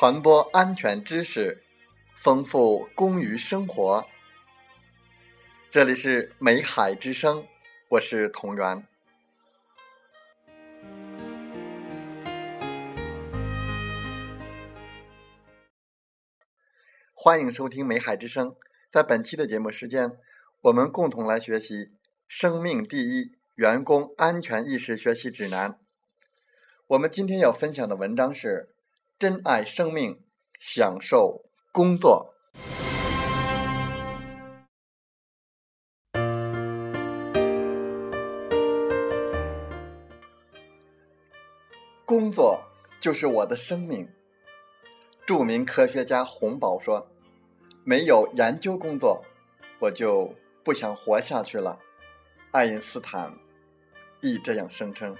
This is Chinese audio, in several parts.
传播安全知识，丰富工于生活。这里是美海之声，我是童源。欢迎收听美海之声。在本期的节目时间，我们共同来学习生命第一员工安全意识学习指南。我们今天要分享的文章是珍爱生命，享受工作。工作就是我的生命。著名科学家洪堡说，没有研究工作，我就不想活下去了。爱因斯坦亦这样声称。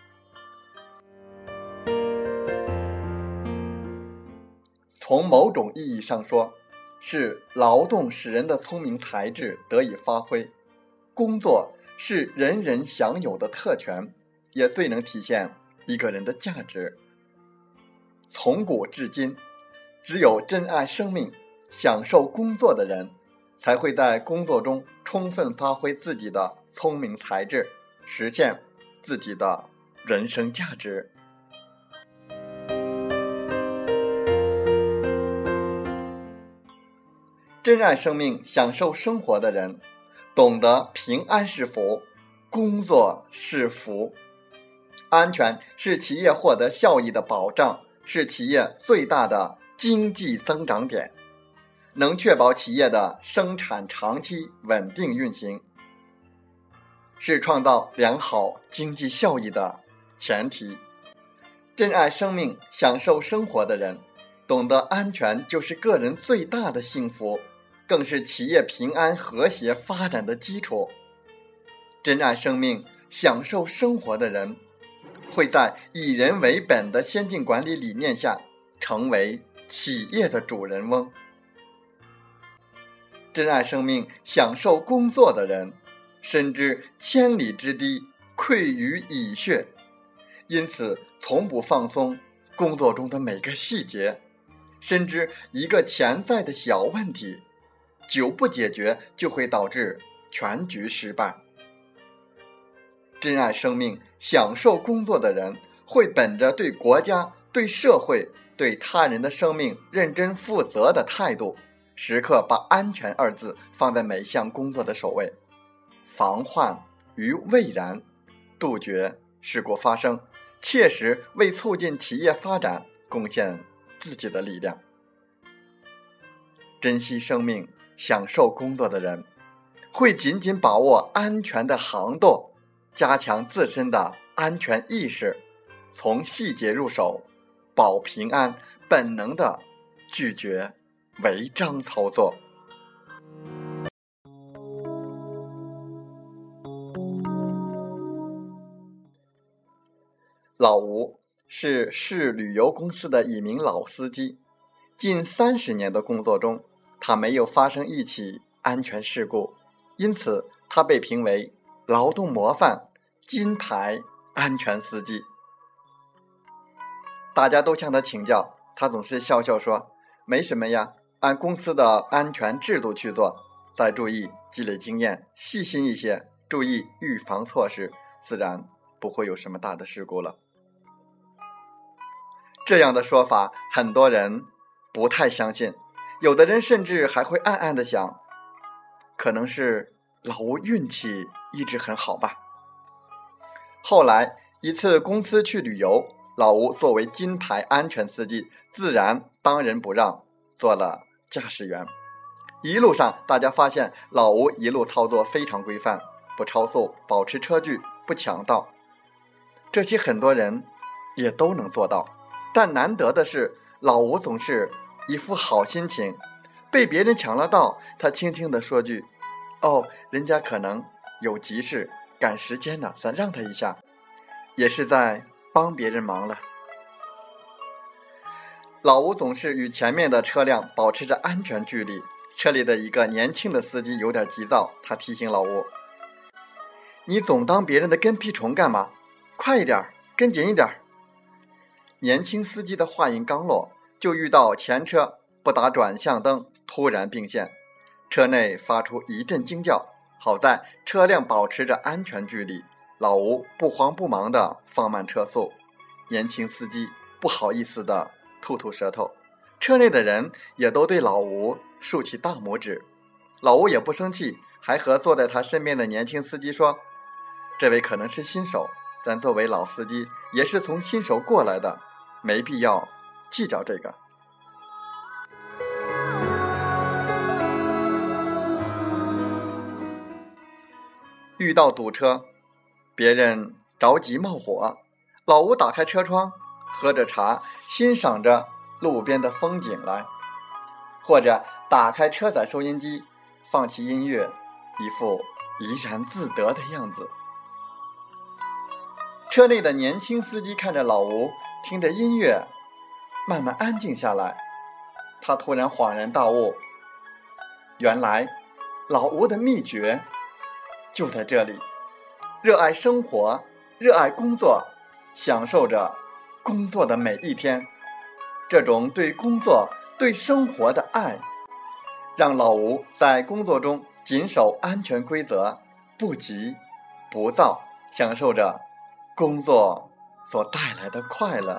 从某种意义上说，是劳动使人的聪明才智得以发挥。工作是人人享有的特权，也最能体现一个人的价值。从古至今，只有珍爱生命、享受工作的人，才会在工作中充分发挥自己的聪明才智，实现自己的人生价值。珍爱生命、享受生活的人，懂得平安是福，工作是福。安全是企业获得效益的保障，是企业最大的经济增长点，能确保企业的生产长期稳定运行，是创造良好经济效益的前提。珍爱生命、享受生活的人，懂得安全就是个人最大的幸福，更是企业平安和谐发展的基础。珍爱生命、享受生活的人，会在以人为本的先进管理理念下，成为企业的主人翁。珍爱生命、享受工作的人，深知千里之堤溃于蚁穴，因此从不放松工作中的每个细节，深知一个潜在的小问题，久不解决就会导致全局失败。珍爱生命、享受工作的人，会本着对国家、对社会、对他人的生命认真负责的态度，时刻把安全二字放在每项工作的首位，防患于未然，杜绝事故发生，切实为促进企业发展贡献自己的力量。珍惜生命、享受工作的人，会紧紧把握安全的航道，加强自身的安全意识，从细节入手，保平安，本能地拒绝违章操作。老吴是市旅游公司的一名老司机，近30年的工作中，他没有发生一起安全事故，因此他被评为劳动模范、金牌安全司机。大家都向他请教，他总是笑笑说，没什么呀，按公司的安全制度去做，再注意积累经验，细心一些，注意预防措施，自然不会有什么大的事故了。这样的说法很多人不太相信，有的人甚至还会暗暗地想，可能是老吴运气一直很好吧。后来一次公司去旅游，老吴作为金牌安全司机，自然当仁不让，做了驾驶员。一路上大家发现老吴一路操作非常规范，不超速，保持车距，不抢道，这些很多人也都能做到。但难得的是，老吴总是一副好心情，被别人抢了道，他轻轻地说句，哦，人家可能有急事赶时间呢，咱让他一下，也是在帮别人忙了。老吴总是与前面的车辆保持着安全距离，车里的一个年轻的司机有点急躁，他提醒老吴，你总当别人的跟屁虫干嘛？快一点，跟紧一点。年轻司机的话音刚落， 就遇到前车不打转向灯突然并线，车内发出一阵惊叫，好在车辆保持着安全距离，老吴不慌不忙地放慢车速，年轻司机不好意思地吐吐舌头，车内的人也都对老吴竖起大拇指。老吴也不生气，还和坐在他身边的年轻司机说，这位可能是新手，咱作为老司机也是从新手过来的，没必要计较这个。遇到堵车，别人着急冒火，老吴打开车窗，喝着茶，欣赏着路边的风景来，或者打开车载收音机，放起音乐，一副怡然自得的样子。车内的年轻司机看着老吴，听着音乐，慢慢安静下来。他突然恍然大悟，原来老吴的秘诀就在这里，热爱生活，热爱工作，享受着工作的每一天。这种对工作、对生活的爱，让老吴在工作中谨守安全规则，不急不躁，享受着工作所带来的快乐。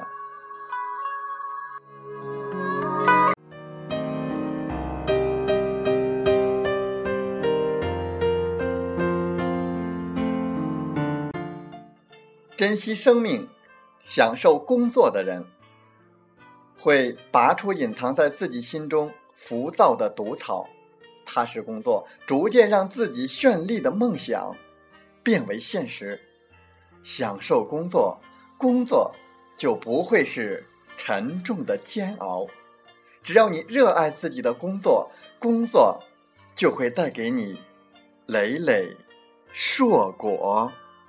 珍惜生命，享受工作的人，会拔出隐藏在自己心中浮躁的毒草，踏实工作，逐渐让自己绚丽的梦想变为现实。享受工作，工作就不会是沉重的煎熬。只要你热爱自己的工作，工作就会带给你累累硕果。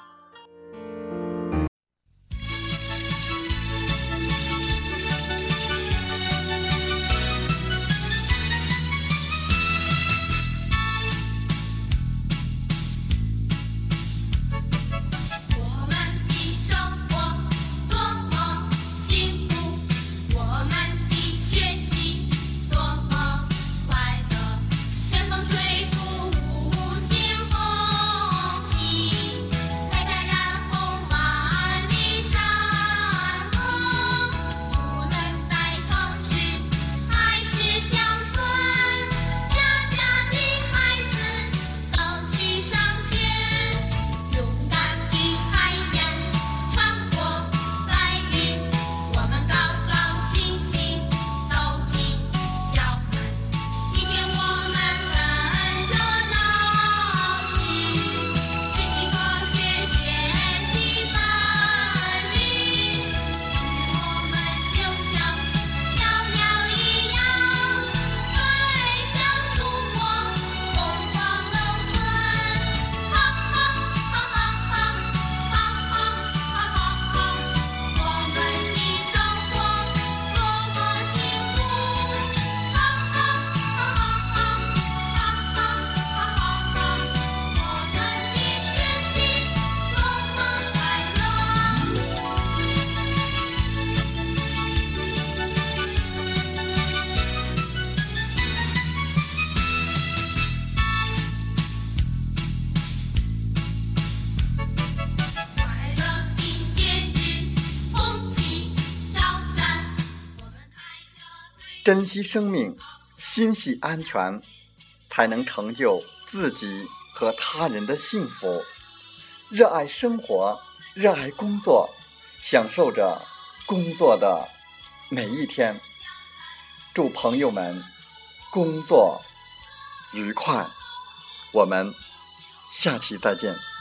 珍惜生命，心系安全，才能成就自己和他人的幸福。热爱生活，热爱工作，享受着工作的每一天。祝朋友们工作愉快，我们下期再见。